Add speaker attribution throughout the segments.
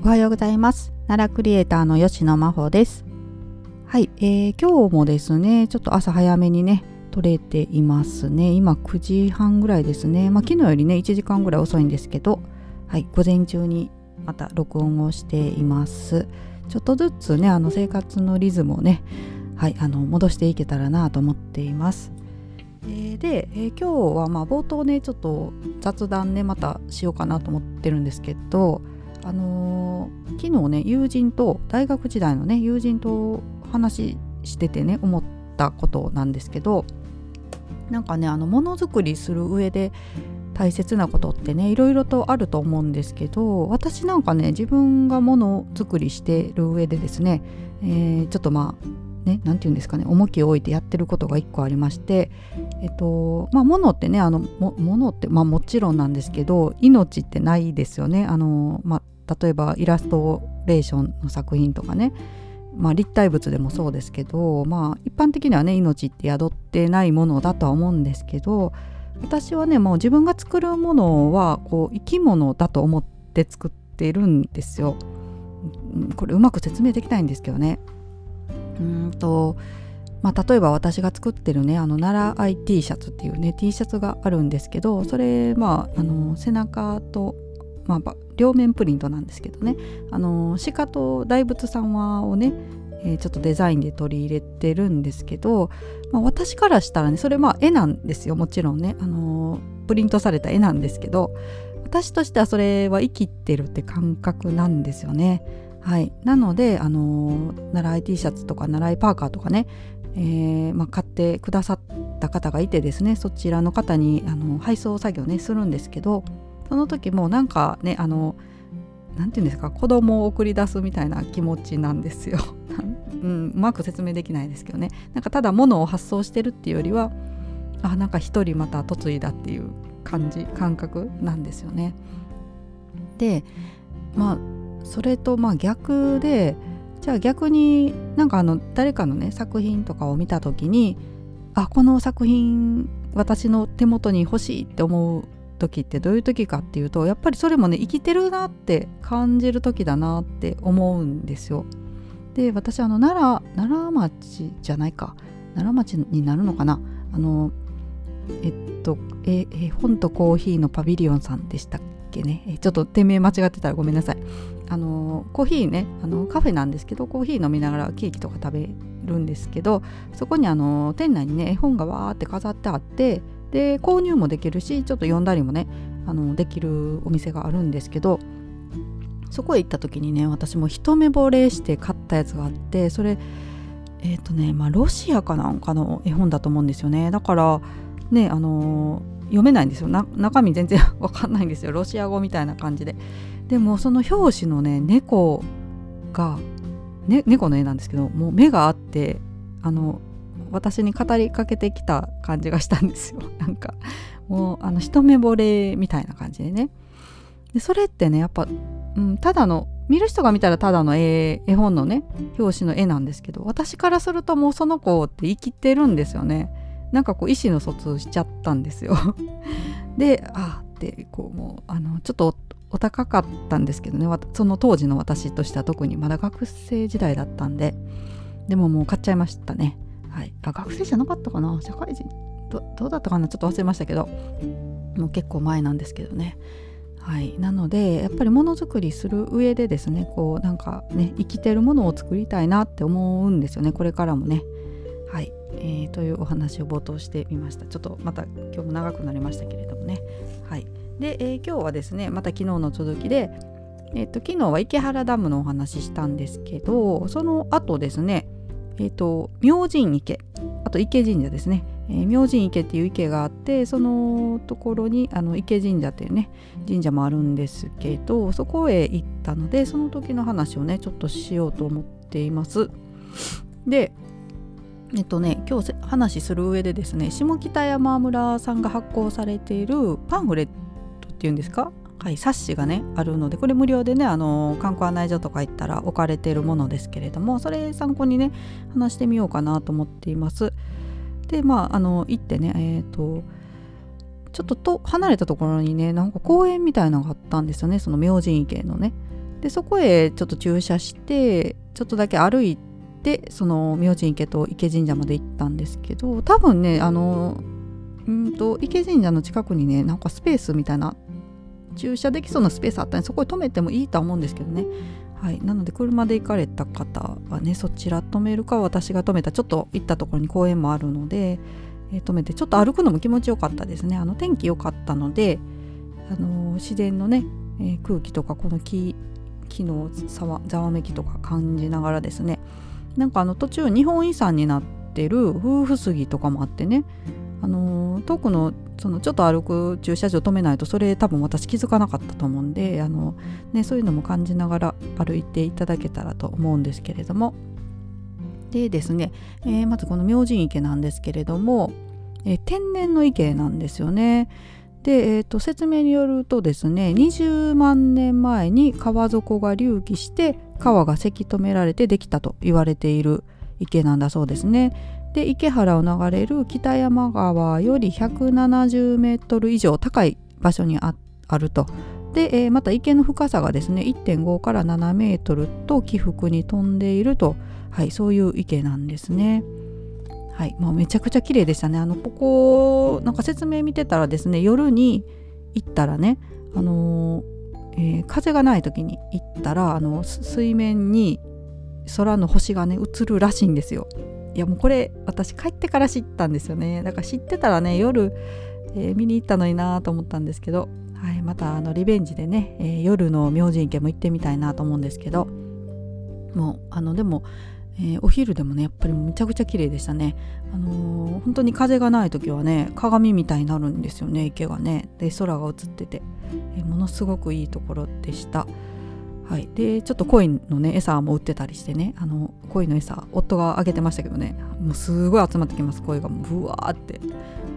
Speaker 1: おはようございます。奈良クリエイターの吉野真帆です。はい、今日もですねちょっと朝早めにね撮れていますね。今9時半ぐらいですね。昨日よりね1時間ぐらい遅いんですけど、はい、午前中にまた録音をしています。ちょっとずつね生活のリズムをね、はい、戻していけたらなと思っています。で、今日は冒頭ねちょっと雑談ねまたしようかなと思ってるんですけど、昨日ね大学時代のね友人と話しててね思ったことなんですけど、なんかねものづくりする上で大切なことってねいろいろとあると思うんですけど、私なんかね自分がものづくりしてる上でですね、ちょっとね、なんていうんですかね、重きを置いてやってることが一個ありまして、物ってね物ってもちろんなんですけど命ってないですよね。例えばイラストレーションの作品とかね、立体物でもそうですけど、一般的にはね命って宿ってないものだとは思うんですけど、私はねもう自分が作るものはこう生き物だと思って作ってるんですよ。これうまく説明できないんですけどね。例えば私が作ってるね奈良愛 T シャツっていうね T シャツがあるんですけど、それ背中と、両面プリントなんですけどね、鹿と大仏様をね、ちょっとデザインで取り入れてるんですけど、私からしたらねそれ絵なんですよ。もちろんねプリントされた絵なんですけど、私としてはそれは生きてるって感覚なんですよね。はい、なので奈良愛 T シャツとか奈良愛パーカーとかね、買ってくださった方がいてですね、そちらの方に配送作業ねするんですけど、その時もなんかねなんていうんですか、子供を送り出すみたいな気持ちなんですよ。うまく説明できないですけどね、なんかただ物を発送してるっていうよりはなんか一人また嫁いだっていう感覚なんですよね。でそれと逆で、じゃあ逆になんか誰かのね作品とかを見た時にこの作品私の手元に欲しいって思う時ってどういう時かっていうと、やっぱりそれもね生きてるなって感じる時だなって思うんですよ。で、私奈良町じゃないか、奈良町になるのかな、本とコーヒーのパビリオンさんでしたっけね、ちょっと店名間違ってたらごめんなさい。コーヒーねカフェなんですけど、コーヒー飲みながらケーキとか食べるんですけど、そこに店内にね絵本がわーって飾ってあって、で購入もできるしちょっと読んだりもねできるお店があるんですけど、そこへ行った時にね私も一目惚れして買ったやつがあって、それロシアかなんかの絵本だと思うんですよね。だからね読めないんですよ。中身全然わかんないんですよ。ロシア語みたいな感じで。でもその表紙のね猫が、猫の絵なんですけど、もう目があって私に語りかけてきた感じがしたんですよ。なんかもう一目惚れみたいな感じでね。でそれってねやっぱ、ただの見る人が見たらただの絵本のね表紙の絵なんですけど、私からするともうその子って生きてるんですよね。なんかこう意思の疎通しちゃったんですよ。でってこうもうちょっとお高かったんですけどね、その当時の私としては特にまだ学生時代だったんで、でももう買っちゃいましたね。はい、学生じゃなかったかな、社会人どうだったかな、ちょっと忘れましたけど、もう結構前なんですけどね。はい、なのでやっぱりものづくりする上でですね、こうなんかね生きてるものを作りたいなって思うんですよね、これからもね。はい、というお話を冒頭してみました。ちょっとまた今日も長くなりましたけれどもね。はい、で、今日はですねまた昨日の続きで、昨日は池原ダムのお話ししたんですけど、その後ですね明神池、あと池神社ですね、明神池っていう池があって、そのところに池神社っていうね神社もあるんですけど、そこへ行ったのでその時の話をねちょっとしようと思っています。で今日話する上でですね、下北山村さんが発行されているパンフレットっていうんですか、はい、冊子がねあるので、これ無料でね観光案内所とか行ったら置かれているものですけれども、それ参考にね話してみようかなと思っています。で行ってねちょっと離れたところにねなんか公園みたいなのがあったんですよね、その明神池のね。 でそこへちょっと駐車してちょっとだけ歩いて、その明神池と池神社まで行ったんですけど、多分ね池神社の近くにねなんかスペースみたいな駐車できそうなスペースあったんで、そこに止めてもいいとは思うんですけどね。はい、なので車で行かれた方はね、そちら止めるか、私が止めたちょっと行ったところに公園もあるので、止めてちょっと歩くのも気持ちよかったですね。天気良かったので、自然のね、空気とかこの木のざわめきとか感じながらですね、なんか途中日本遺産になってる夫婦杉とかもあってね、遠くのそのちょっと歩く駐車場止めないとそれ多分私気づかなかったと思うんで、そういうのも感じながら歩いていただけたらと思うんですけれども、でですね、まずこの明神池なんですけれども、天然の池なんですよね。で、説明によるとですね、20万年前に川底が隆起して川がせき止められてできたと言われている池なんだそうですね。で池原を流れる北山川より170メートル以上高い場所に あると。で、また池の深さがですね 1.5 から7メートルと起伏に飛んでいると、はい、そういう池なんですね。はい、もうめちゃくちゃ綺麗でしたね。ここなんか説明見てたらですね、夜に行ったらね、風がない時に行ったら水面に空の星がね映るらしいんですよ。いやもうこれ私帰ってから知ったんですよね。だから知ってたらね夜、見に行ったのになと思ったんですけど、はい、またリベンジでね、夜の明神池も行ってみたいなと思うんですけど、もうでも、お昼でもねやっぱりめちゃくちゃ綺麗でしたね。本当に風がない時はね鏡みたいになるんですよね、池がね。で空が映ってて、ものすごくいいところでした。はい、でちょっと鯉のね餌も売ってたりしてね、鯉の餌夫があげてましたけどね、もうすごい集まってきます、鯉がもうブワーって、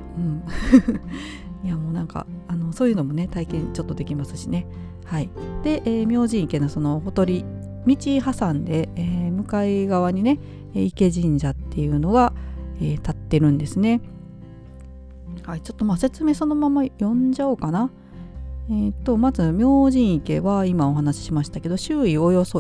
Speaker 1: いやもうなんかそういうのもね体験ちょっとできますしね。はい、で、明神池のそのほとり道挟んで、向かい側にね池神社っていうのが、立ってるんですね。はい、ちょっと説明そのまま読んじゃおうかな。まず明神池は今お話ししましたけど、周囲およそ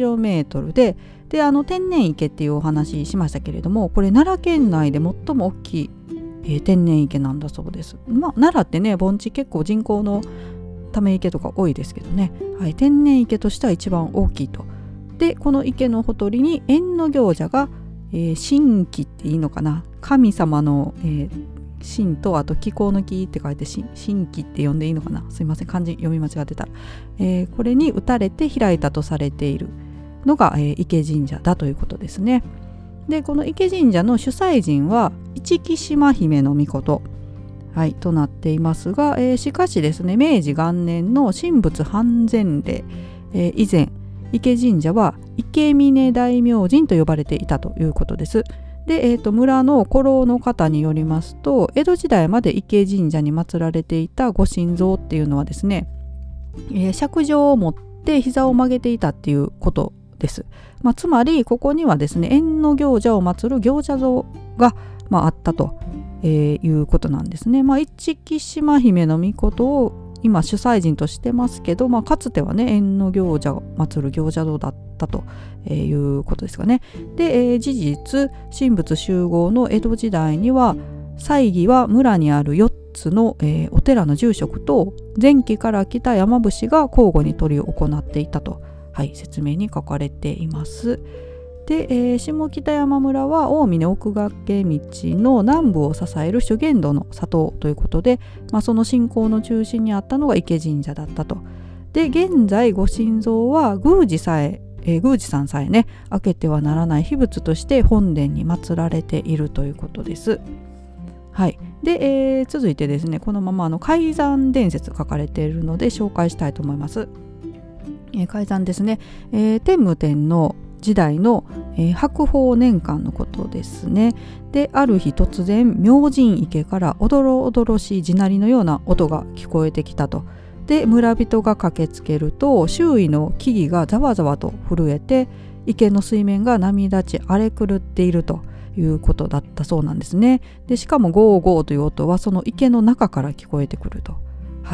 Speaker 1: 1km で天然池っていうお話ししましたけれども、これ奈良県内で最も大きい、天然池なんだそうです。奈良ってね盆地結構人工のため池とか多いですけどね、はい、天然池としては一番大きいと。でこの池のほとりに役行者が、神鬼っていいのかな、神様の、神とあと気候の気って書いて神鬼って呼んでいいのかな、すいません漢字読み間違ってたら、これに打たれて開いたとされているのが、池神社だということですね。でこの池神社の主催神は市来島姫の命、はい、となっていますが、しかしですね明治元年の神仏判然令、以前池神社は池峰大明神と呼ばれていたということです。で、村の古老の方によりますと、江戸時代まで池神社に祀られていたご神像っていうのはですね、錫杖を持って膝を曲げていたっていうことです。つまりここにはですね役行者を祀る行者像が、あったと、いうことなんですね。市来島姫の命を今主催人としてますけど、かつてはね役行者を祀る行者像だったということですかね。で、事実神仏集合の江戸時代には祭儀は村にある4つの、お寺の住職と前期から来た山伏が交互に執り行っていたと、はい、説明に書かれています。で、下北山村は近江の奥掛道の南部を支える修験道の里ということで、その信仰の中心にあったのが池神社だったと。で現在ご神像は宮司さんさえね開けてはならない秘仏として本殿に祀られているということです。はい、で、続いてですねこのまま開山伝説書かれているので紹介したいと思います。開山ですね、天武天皇時代の、白鳳年間のことですね。である日突然明神池からおどろおどろしい地鳴りのような音が聞こえてきたと。で村人が駆けつけると周囲の木々がざわざわと震えて池の水面が波立ち荒れ狂っているということだったそうなんですね。でしかもゴーゴーという音はその池の中から聞こえてくると。はい、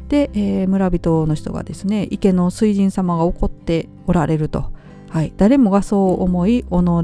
Speaker 1: で、村人の人がですね、池の水神様が怒っておられると、はい、誰もがそう思い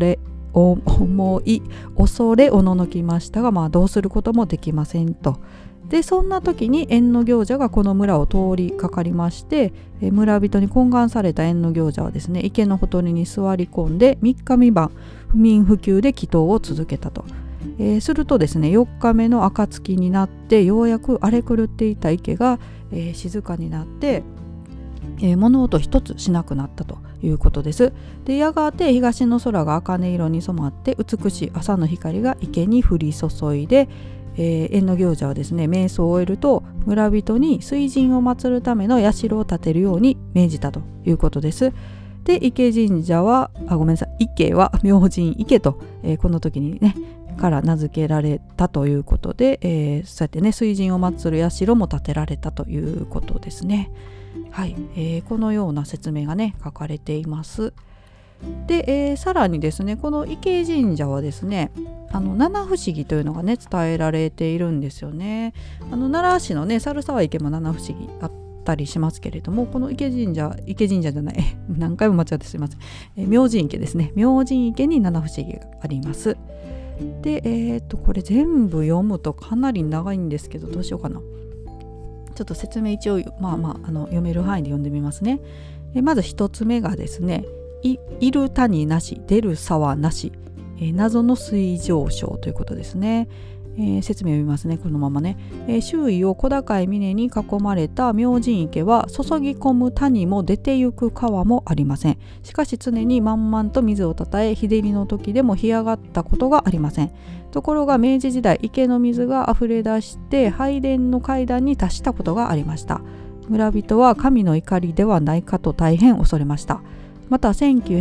Speaker 1: 恐れおののきましたが、どうすることもできませんと。でそんな時に役の行者がこの村を通りかかりまして、村人に懇願された役の行者はですね、池のほとりに座り込んで3日3晩不眠不休で祈祷を続けたと。するとですね、4日目の暁になってようやく荒れ狂っていた池が、静かになって、物音一つしなくなったということです。でやがて東の空が茜色に染まって美しい朝の光が池に降り注いで、役の行者はですね、瞑想を終えると村人に水神を祀るための社を建てるように命じたということです。で池は明神池と、この時にねから名付けられたということで、そうやってね水神を祀る社も建てられたということですね。はい、このような説明がね書かれています。で、さらにですね、この池神社はですね、七不思議というのがね伝えられているんですよね。奈良市のね猿沢池も七不思議あったりしますけれども、この池神社じゃない何回も間違ってすいません、明神池ですね。明神池に七不思議があります。でこれ全部読むとかなり長いんですけど、どうしようかな。ちょっと説明一応読める範囲で読んでみますね。まず一つ目がですね、いる谷なし出る沢なし、謎の水上昇ということですね。説明を読みますね、このままね。周囲を小高い峰に囲まれた明神池は注ぎ込む谷も出てゆく川もありません。しかし常に満々と水をたたえ、日照りの時でも干上がったことがありません。ところが明治時代、池の水があふれ出して拝殿の階段に達したことがありました。村人は神の怒りではないかと大変恐れました。また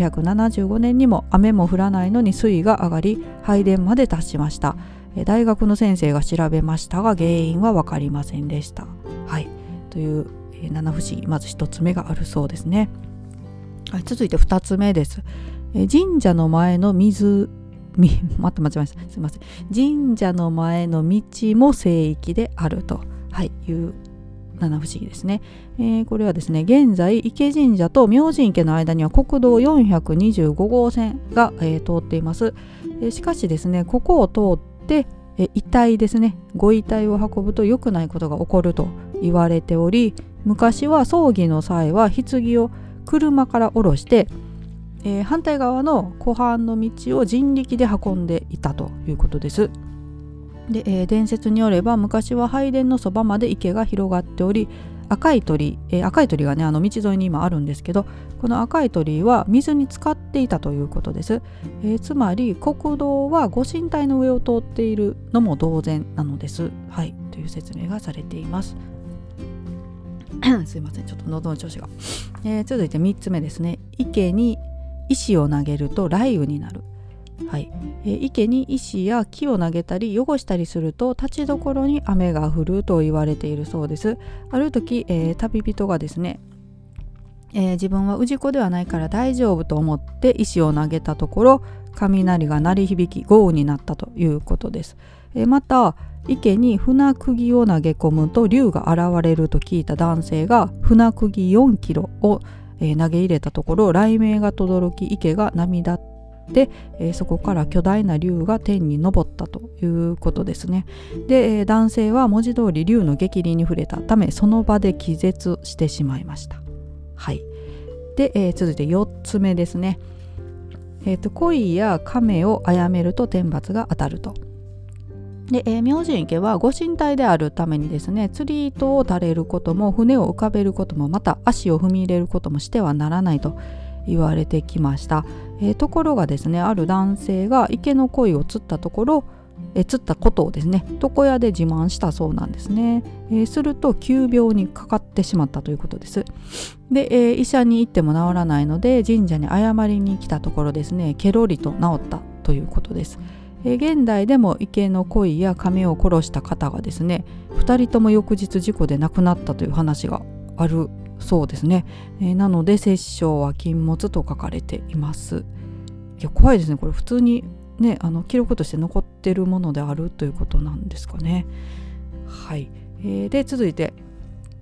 Speaker 1: 1975年にも雨も降らないのに水位が上がり、拝殿まで達しました。大学の先生が調べましたが原因は分かりませんでした。はい、という、七不思議、まず一つ目があるそうですね。はい、続いて二つ目です。神社の前の間違えました。すみません。神社の前の道も聖域であると、いう七不思議ですね。これはですね、現在池神社と明神池の間には国道425号線が、通っています。しかしですね、ここを通って遺体ですね、ご遺体を運ぶと良くないことが起こると言われており、昔は葬儀の際は棺を車から下ろして、反対側の湖畔の道を人力で運んでいたということです。で、伝説によれば昔は拝殿のそばまで池が広がっており、赤い鳥がね道沿いに今あるんですけど、この赤い鳥居は水に浸かっていたということです。つまり国道はご神体の上を通っているのも同然なのです。はい、という説明がされています。すいません、ちょっと喉の調子が。続いて3つ目ですね。池に石を投げると雷雨になる。はい、池に石や木を投げたり汚したりすると立ちどころに雨が降ると言われているそうです。ある時、旅人がですね、自分は氏子ではないから大丈夫と思って石を投げたところ、雷が鳴り響き豪雨になったということです。また池に船釘を投げ込むと竜が現れると聞いた男性が船釘4キロを、投げ入れたところ、雷鳴が轟き池が波立ってそこから巨大な竜が天に昇ったということですね。で、男性は文字通り竜の逆鱗に触れたためその場で気絶してしまいました。はい。で、続いて4つ目ですね。鯉や亀を殺めると天罰が当たると。で、明神池はご神体であるためにですね、釣り糸を垂れることも船を浮かべることもまた足を踏み入れることもしてはならないと言われてきました。ところがですね、ある男性が池の鯉を釣ったことをですね床屋で自慢したそうなんですね。すると急病にかかってしまったということです。で、医者に行っても治らないので神社に謝りに来たところですね、ケロリと治ったということです。現代でも池の鯉や亀を殺した方がですね、2人とも翌日事故で亡くなったという話があるそうですね。なので殺生は禁物と書かれています。いや怖いですね。これ普通にね記録として残ってるものであるということなんですかね。はい。で続いて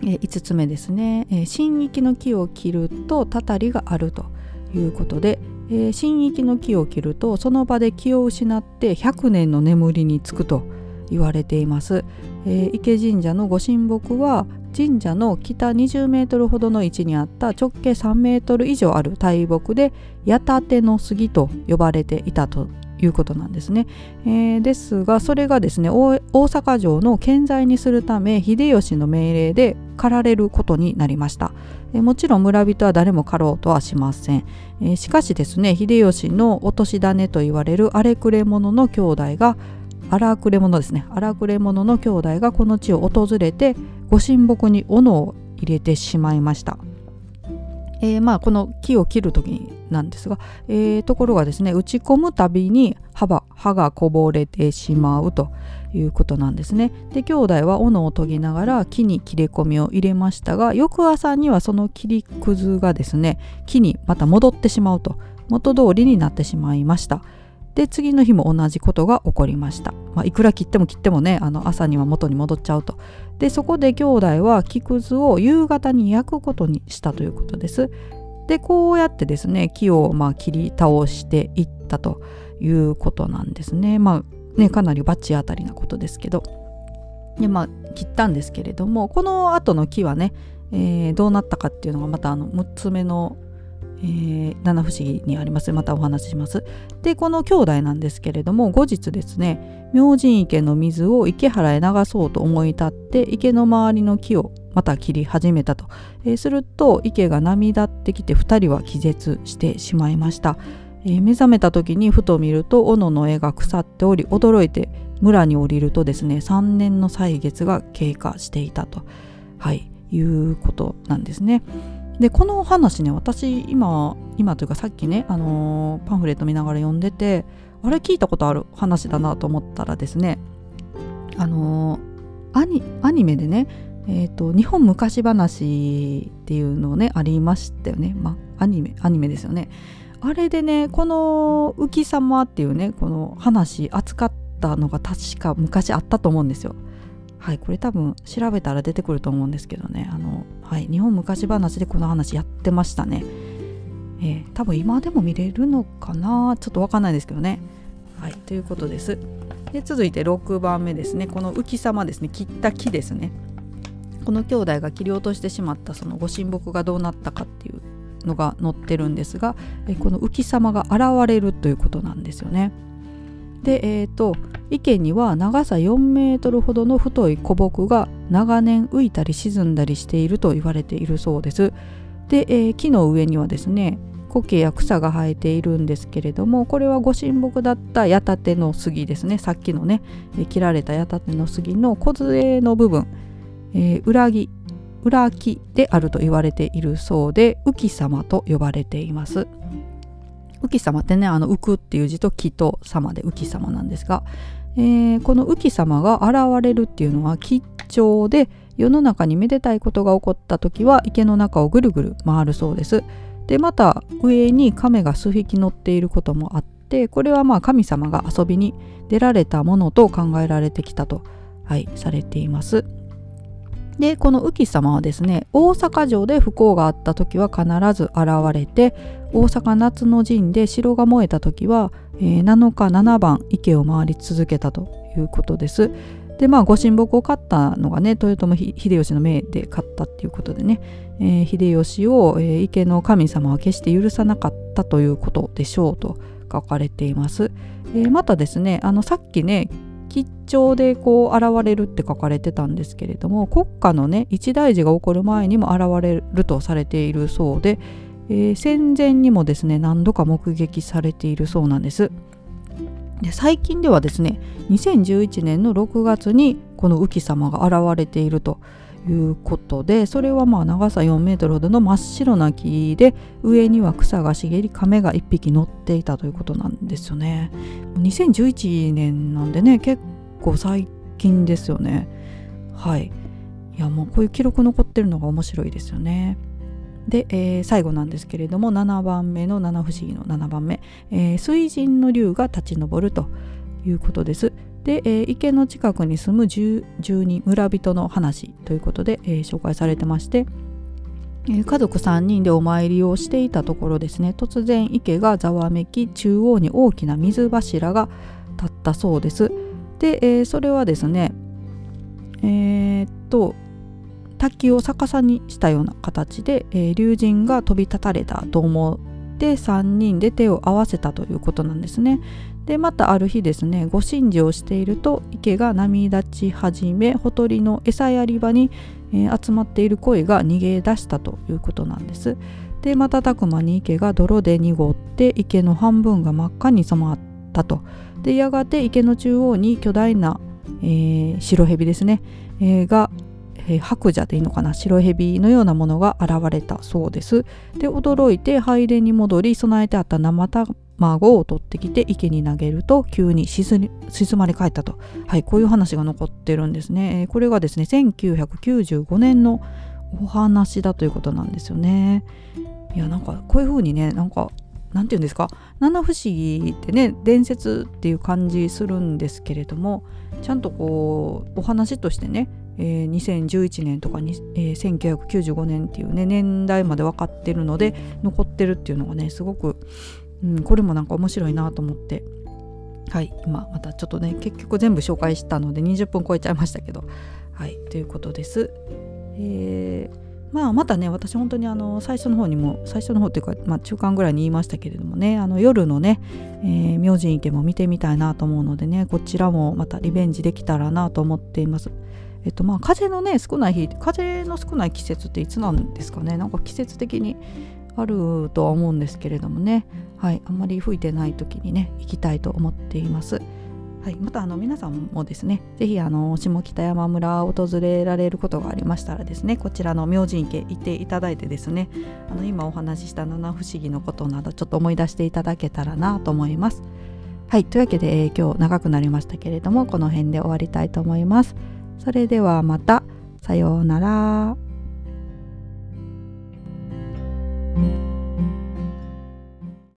Speaker 1: 5つ目ですね、神域の木を切るとたたりがあるということで、神域の木を切るとその場で気を失って100年の眠りにつくと言われています。池神社のご神木は神社の北20メートルほどの位置にあった直径3メートル以上ある大木で矢立の杉と呼ばれていたということなんですね。ですがそれがですね大阪城の建材にするため秀吉の命令で刈られることになりました。もちろん村人は誰も刈ろうとはしません。しかしですね秀吉の落とし種と言われる荒くれ者の兄弟が荒くれ者の兄弟がこの地を訪れてご神木に斧を入れてしまいました。この木を切る時なんですが、ところがですね打ち込むたびに刃がこぼれてしまうということなんですね。で兄弟は斧を研ぎながら木に切れ込みを入れましたが、翌朝にはその切りくずがですね木にまた戻ってしまうと元通りになってしまいました。で次の日も同じことが起こりました。いくら切ってもね朝には元に戻っちゃうと。でそこで兄弟は木くずを夕方に焼くことにしたということです。でこうやってですね木を切り倒していったということなんですね。かなり罰当たりなことですけど、で切ったんですけれども、この後の木はね、どうなったかっていうのがまた6つ目の七不思議にあります。またお話しします。でこの兄弟なんですけれども、後日ですね明神池の水を池原へ流そうと思い立って池の周りの木をまた切り始めたと、すると池が波立ってきて2人は気絶してしまいました。目覚めた時にふと見ると斧の絵が腐っており、驚いて村に降りるとですね3年の歳月が経過していたと、いうことなんですね。でこの話ね私今というかさっきね、パンフレット見ながら読んでて、あれ聞いたことある話だなと思ったらですね、アニメでね、日本昔話っていうのねありましたよね。アニメですよね。あれでねこの浮様っていうねこの話扱ったのが確か昔あったと思うんですよ。これ多分調べたら出てくると思うんですけどね、日本昔話でこの話やってましたね。多分今でも見れるのかな、ちょっとわかんないですけどね。ということです。で続いて6番目ですね、この浮様ですね、切った木ですね。この兄弟が切り落としてしまったそのご神木がどうなったかっていうのが載ってるんですが、この浮様が現れるということなんですよね。で池には長さ4メートルほどの太い古木が長年浮いたり沈んだりしていると言われているそうです。で、木の上にはですね苔や草が生えているんですけれども、これはご神木だった矢立の杉ですね。さっきのね切られた矢立の杉の梢の部分、裏木であると言われているそうで、浮様と呼ばれています。浮様ってね浮くっていう字と木と様で浮様なんですが、この浮様が現れるっていうのは吉兆で、世の中にめでたいことが起こった時は池の中をぐるぐる回るそうです。でまた上に亀が数匹乗っていることもあって、これは神様が遊びに出られたものと考えられてきたと、されています。でこの浮様はですね大阪城で不幸があった時は必ず現れて、大阪夏の陣で城が燃えた時は、7日7番池を回り続けたということです。でご神木を買ったのがね豊臣秀吉の命で買ったっていうことでね、秀吉を、池の神様は決して許さなかったということでしょうと書かれています。またですねさっきね吉兆でこう現れるって書かれてたんですけれども、国家のね一大事が起こる前にも現れるとされているそうで、戦前にもですね何度か目撃されているそうなんです。で最近ではですね2011年の6月にこの浮様が現れているということで、それは長さ4メートルほどの真っ白な木で、上には草が茂り亀が1匹乗っていたということなんですよね。2011年なんでね結構最近ですよね。いやもうこういう記録残ってるのが面白いですよね。で、最後なんですけれども7番目の七不思議の7番目、水神の竜が立ち上るということです。で、池の近くに住む住人村人の話ということで、紹介されてまして、家族3人でお参りをしていたところですね、突然池がざわめき、中央に大きな水柱が立ったそうです。で、それはですね、滝を逆さにしたような形で、龍神が飛び立たれたと思って3人で手を合わせたということなんですね。でまたある日ですね、ご神事をしていると池が波立ち始め、ほとりの餌やり場に、集まっている鯉が逃げ出したということなんです。で瞬く間に池が泥で濁って池の半分が真っ赤に染まったと。でやがて池の中央に巨大な、白蛇ですね、が白蛇でいいのかな、白蛇のようなものが現れたそうです。で驚いて拝殿に戻り、備えてあった生卵を取ってきて池に投げると急に静まり返ったと、はい、こういう話が残ってるんですね。これがですね1995年のお話だということなんですよね。いやなんかこういう風にね、なんて言うんですか、七不思議ってね伝説っていう感じするんですけれども、ちゃんとこうお話としてね、2011年とかに、1995年っていうね年代まで分かってるので残ってるっていうのがねすごく、これもなんか面白いなと思って、はい、今またちょっとね結局全部紹介したので20分超えちゃいましたけど、はいということです。またね私本当に最初の方というか、中間ぐらいに言いましたけれどもね、夜のね、明神池も見てみたいなと思うのでね、こちらもまたリベンジできたらなと思っています。風の少ない季節っていつなんですかね。なんか季節的にあるとは思うんですけれどもね、はい、あんまり吹いてない時にね行きたいと思っています。はい、また皆さんもですね、ぜひ下北山村を訪れられることがありましたらですね、こちらの明神池行っていただいてですね、今お話しした七不思議のことなどちょっと思い出していただけたらなと思います。はい、というわけで、今日長くなりましたけれどもこの辺で終わりたいと思います。それではまた、さようなら。